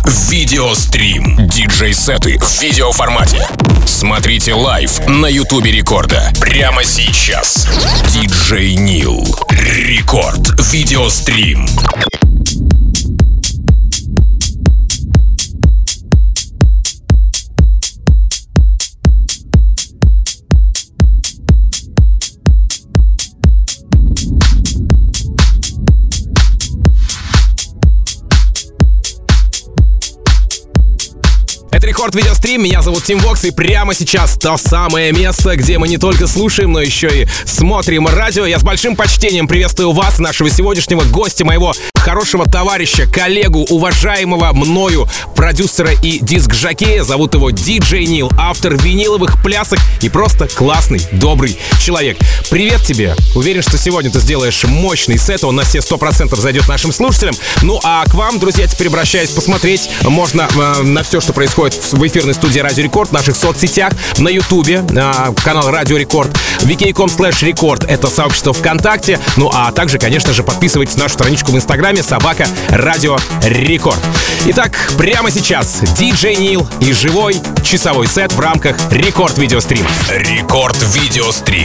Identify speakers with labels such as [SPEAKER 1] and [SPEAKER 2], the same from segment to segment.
[SPEAKER 1] Видеострим. Диджей-сеты в видеоформате. Смотрите лайв на Ютубе Рекорда. Прямо сейчас. Диджей Нил. Рекорд. Видеострим.
[SPEAKER 2] Рекорд Видеострим, меня зовут Тим Вокс, и прямо сейчас то самое место, где мы не только слушаем, но еще и смотрим радио. Я с большим почтением приветствую вас, нашего сегодняшнего гостя, моего хорошего товарища, коллегу, уважаемого мною продюсера и диск-жокея. Зовут его Диджей Нил, автор виниловых плясок и просто классный, добрый человек. Привет тебе! Уверен, что сегодня ты сделаешь мощный сет, он на все 100% зайдет нашим слушателям. Ну а к вам, друзья, теперь обращаюсь, посмотреть можно на все, что происходит в эфирной студии Радио Рекорд, в наших соцсетях, на Ютубе, канал Радио Рекорд, vk.com/рекорд, это сообщество ВКонтакте, ну а также, конечно же, подписывайтесь на нашу страничку в Инстаграме @Радио Рекорд. Итак, прямо сейчас Диджей Нил и живой часовой сет в рамках Рекорд Видеострима.
[SPEAKER 1] Рекорд Видеострим.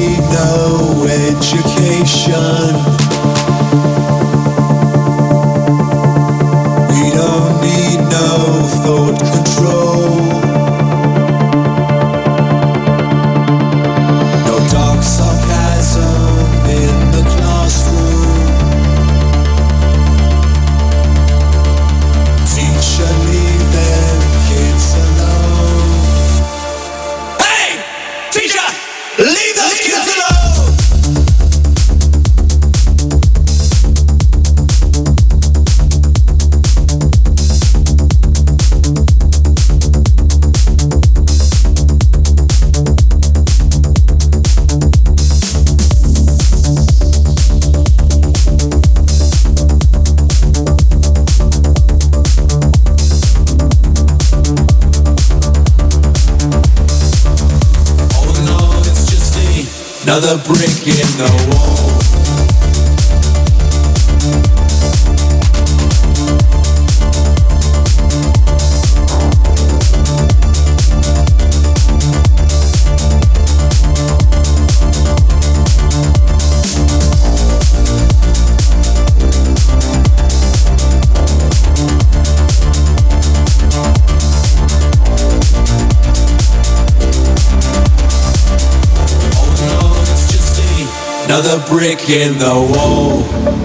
[SPEAKER 3] need no education. We don't need no thought control. No dark sarcasm in the classroom. Teacher, leave them kids alone. Hey! Teacher! Leave those kids alone! Another brick in the wall. Another brick in the wall.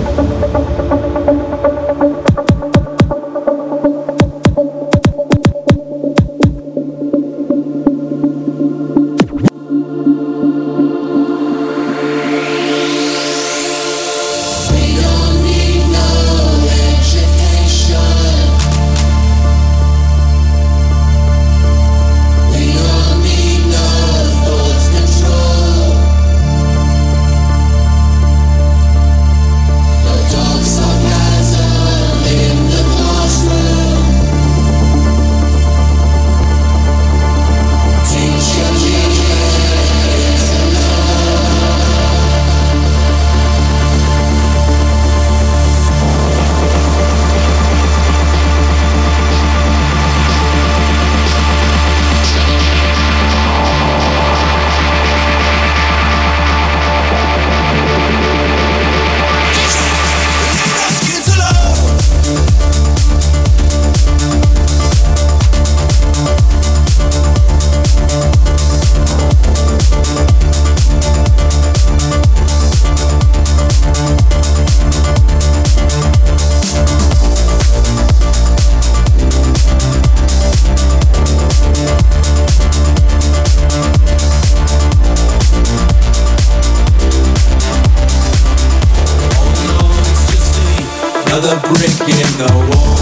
[SPEAKER 3] Another brick in the wall.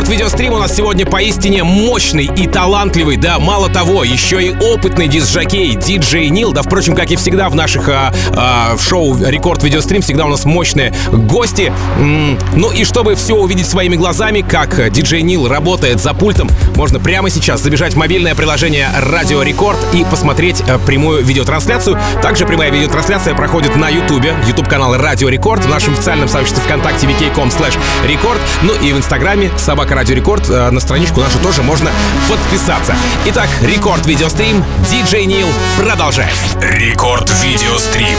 [SPEAKER 2] Рекорд Видеострим у нас сегодня поистине мощный и талантливый, да, мало того, еще и опытный диск-жокей диджей Нил, да, впрочем, как и всегда в наших в шоу Рекорд Видеострим всегда у нас мощные гости. Ну и чтобы все увидеть своими глазами, как диджей Нил работает за пультом, можно прямо сейчас забежать в мобильное приложение Радио Рекорд и посмотреть прямую видеотрансляцию. Также прямая видеотрансляция проходит на Ютубе, YouTube-канал Радио Рекорд, в нашем официальном сообществе ВКонтакте vk.com/рекорд, ну и в Инстаграме собака Радио Рекорд, на страничку нашу тоже можно подписаться. Итак, Рекорд Видеострим, диджей Нил, продолжаем.
[SPEAKER 1] Рекорд Видеострим.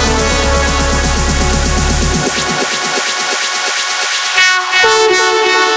[SPEAKER 4] Yeah.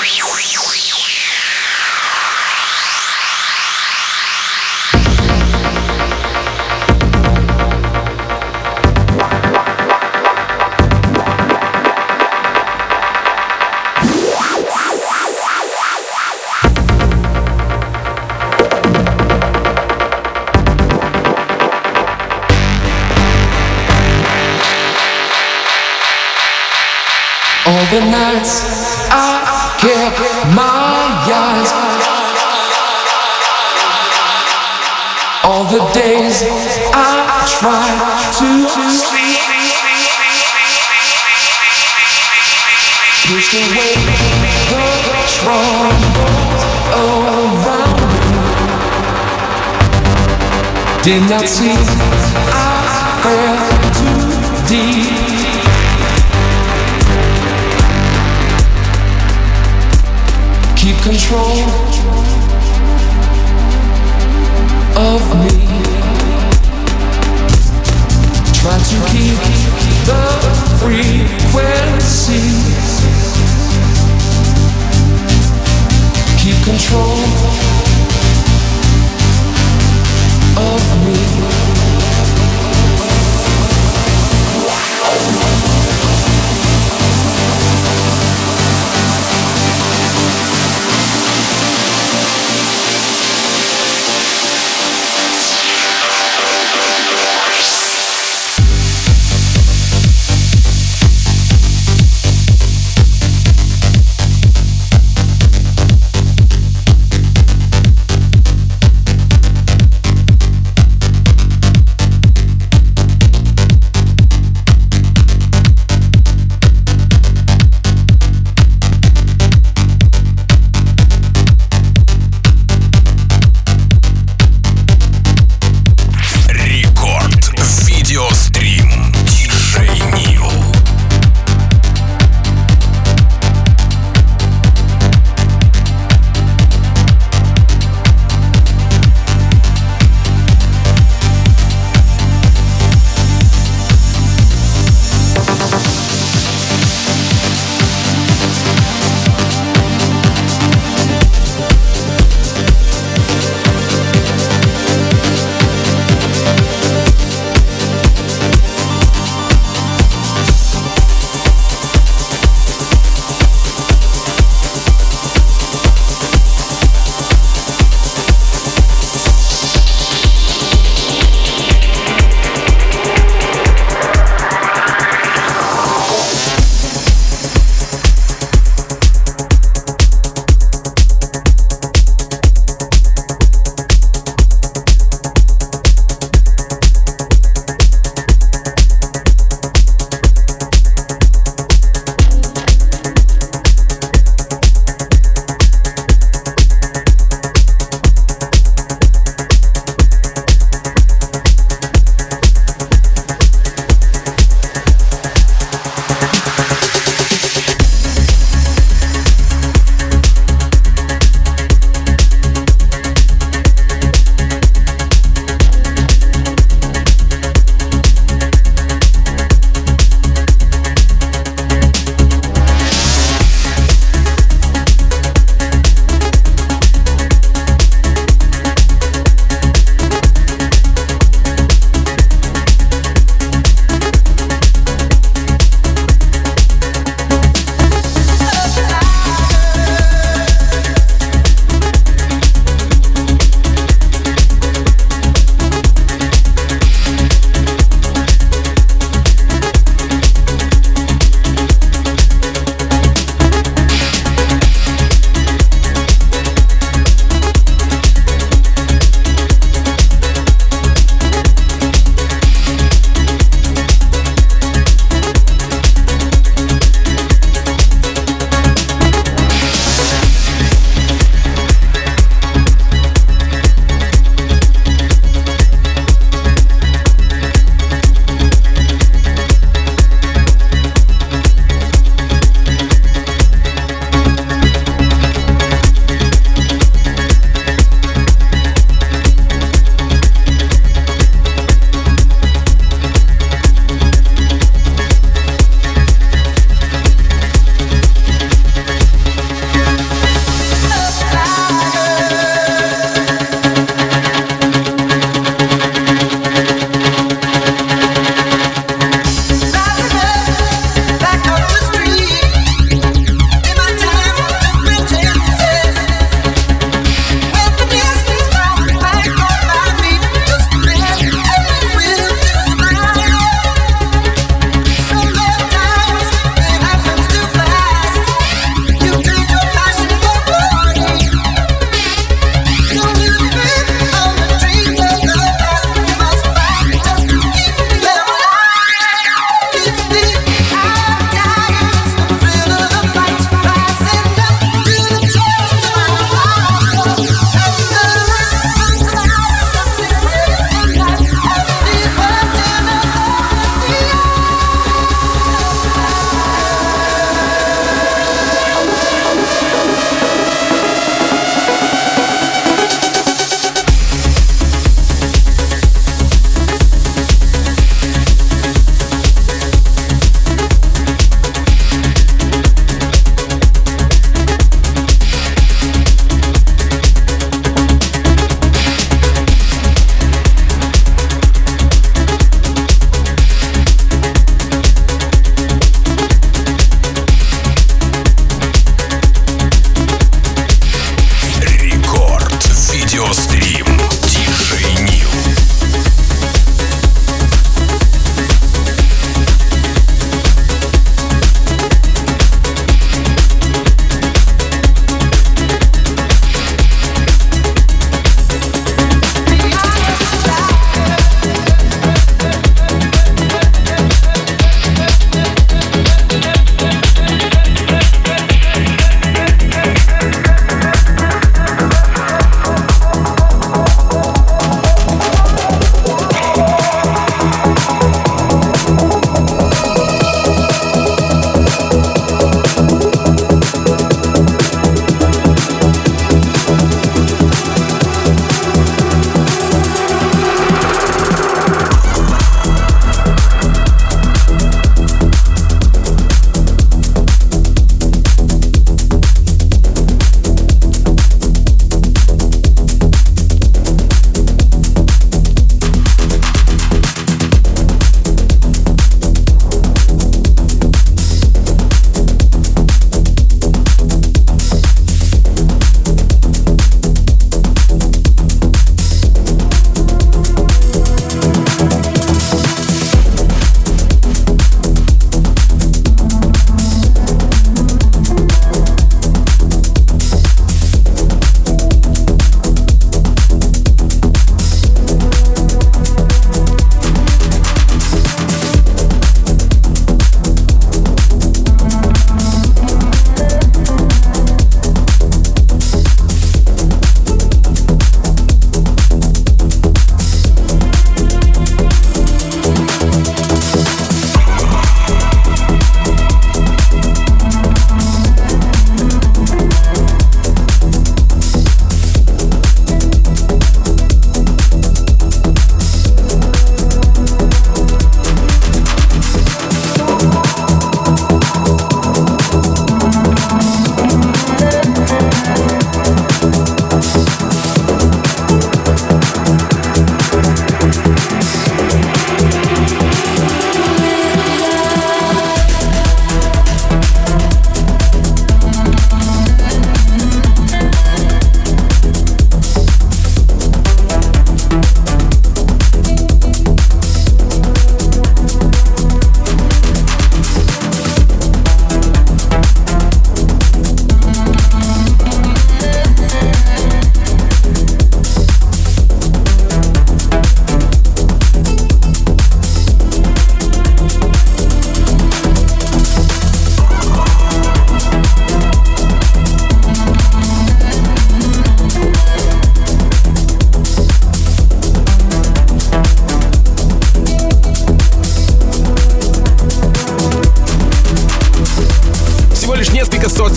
[SPEAKER 4] All the nights I kept my eyes, all the days I tried to sleep, pushed away the troubles around me. Did not see I fell too deep. Keep control of me. Try to keep the frequency. Keep control of me.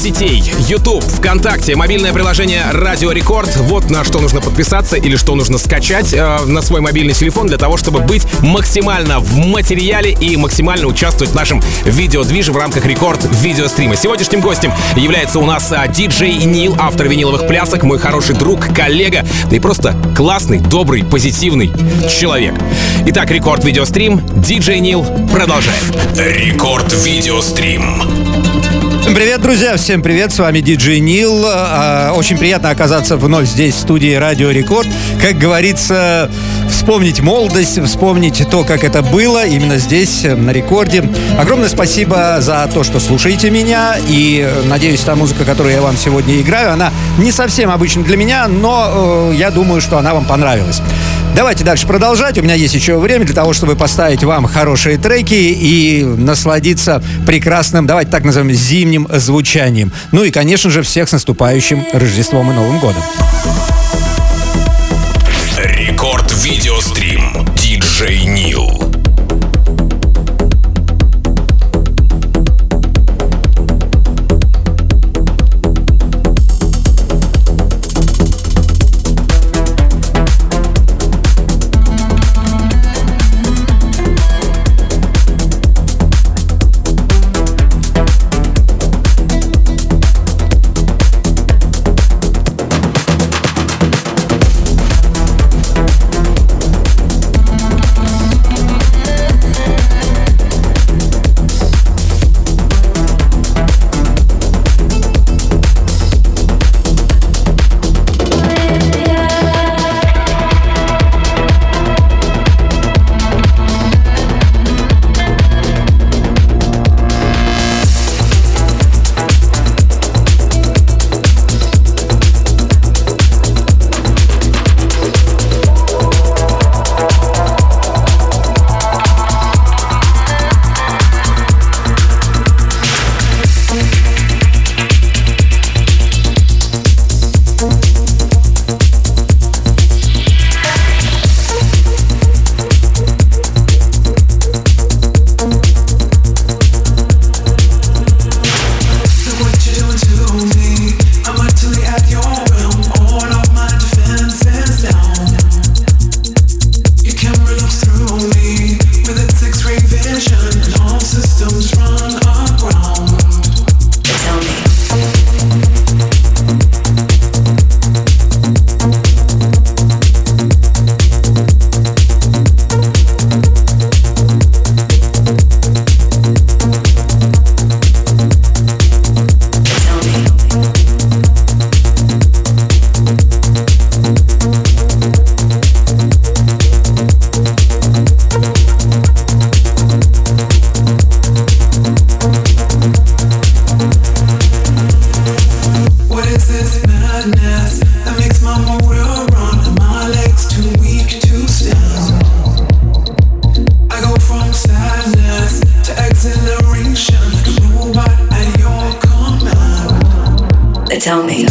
[SPEAKER 2] соцсетей: YouTube, ВКонтакте, мобильное приложение Радио Рекорд. Вот на что нужно подписаться или что нужно скачать на свой мобильный телефон для того, чтобы быть максимально в материале и максимально участвовать в нашем видеодвиже в рамках Рекорд видеострима. Сегодняшним гостем является у нас диджей Нил, автор виниловых плясок, мой хороший друг, коллега, да и просто классный, добрый, позитивный человек. Итак, Рекорд видеострим, диджей Нил продолжает.
[SPEAKER 1] Рекорд видеострим.
[SPEAKER 5] Привет, друзья, всем привет, с вами диджей Нил. Очень приятно оказаться вновь здесь, в студии Радио Рекорд. Как говорится, вспомнить молодость, вспомнить то, как это было именно здесь, на Рекорде. Огромное спасибо за то, что слушаете меня. И надеюсь, та музыка, которую я вам сегодня играю, она не совсем обычна для меня, но я думаю, что она вам понравилась. Давайте дальше продолжать. У меня есть еще время для того, чтобы поставить вам хорошие треки и насладиться прекрасным, давайте так назовем, зимним звучанием. Ну и, конечно же, всех с наступающим Рождеством и Новым годом.
[SPEAKER 1] Рекорд видеострим. Диджей Нил.
[SPEAKER 6] Tell me.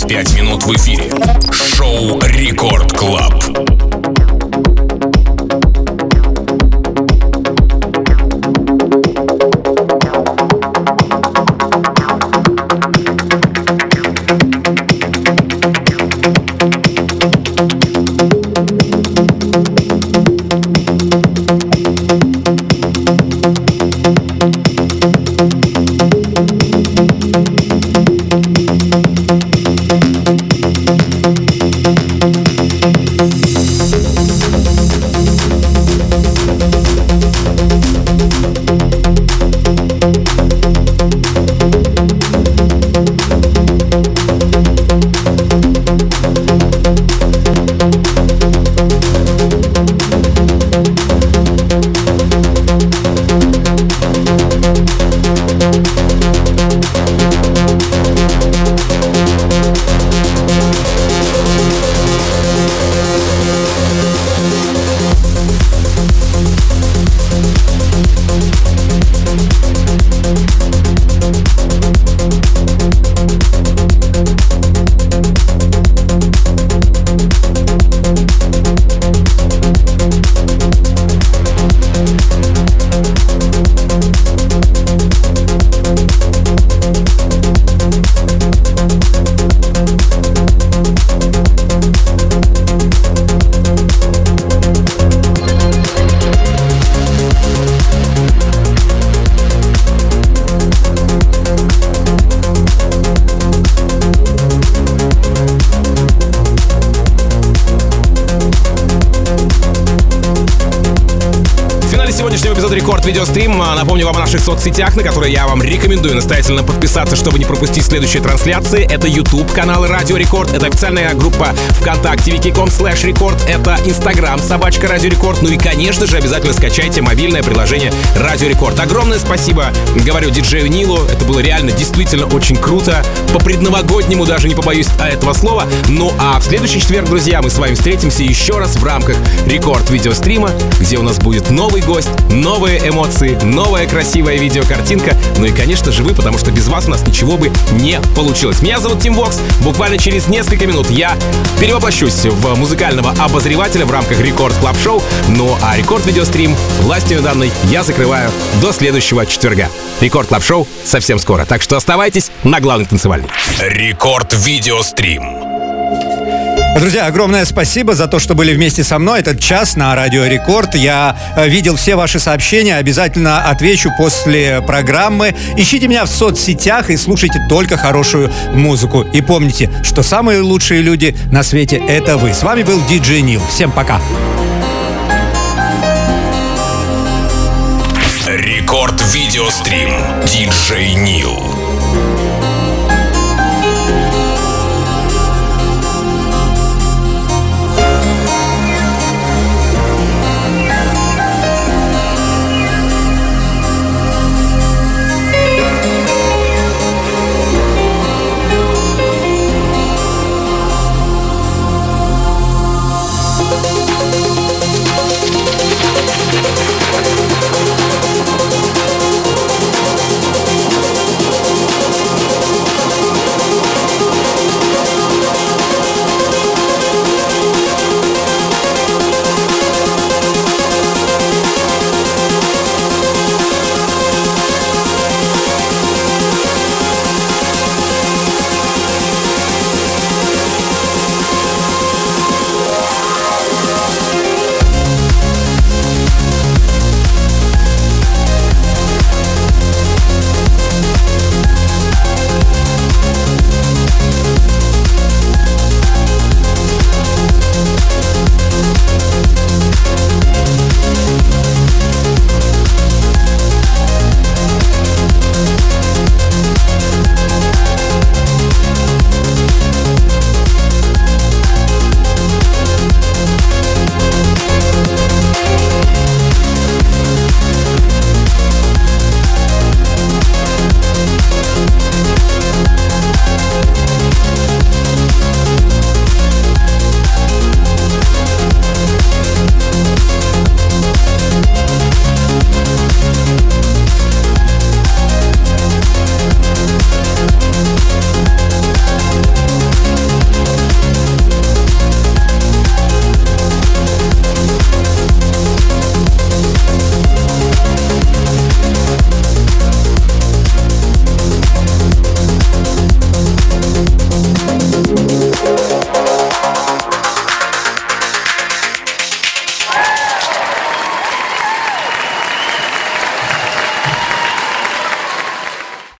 [SPEAKER 1] 25 минут в эфире. Шоу Рекорд Клаб.
[SPEAKER 2] Видеострим. Напомню вам о наших соцсетях, на которые я вам рекомендую настоятельно подписаться, чтобы не пропустить следующие трансляции. Это YouTube каналы Радио Рекорд, это официальная группа ВКонтакте wiki.com/рекорд, это Instagram /Радио Рекорд. Ну и, конечно же, обязательно скачайте мобильное приложение Радио Рекорд. Огромное спасибо, говорю, диджею Нилу. Это было реально действительно очень круто. По-предновогоднему даже не побоюсь этого слова. Ну а в следующий четверг, друзья, мы с вами встретимся еще раз в рамках Рекорд видеострима, где у нас будет новый гость, новые эмоции, новая красивая видеокартинка. Ну и, конечно же, вы, потому что без вас у нас ничего бы не получилось. Меня зовут Тим Вокс. Буквально через несколько минут я перевоплощусь в музыкального обозревателя в рамках Рекорд Клаб Шоу. Ну а Рекорд видеострим властью данной я закрываю до следующего четверга. Рекорд Клаб Шоу совсем скоро. Так что оставайтесь на главной танцевальной.
[SPEAKER 1] Рекорд видеострим.
[SPEAKER 5] Друзья, огромное спасибо за то, что были вместе со мной этот час на Радио Рекорд. Я видел все ваши сообщения, обязательно отвечу после программы. Ищите меня в соцсетях и слушайте только хорошую музыку. И помните, что самые лучшие люди на свете — это вы. С вами был диджей Нил. Всем пока.
[SPEAKER 1] Рекорд видеострим. Диджей Нил.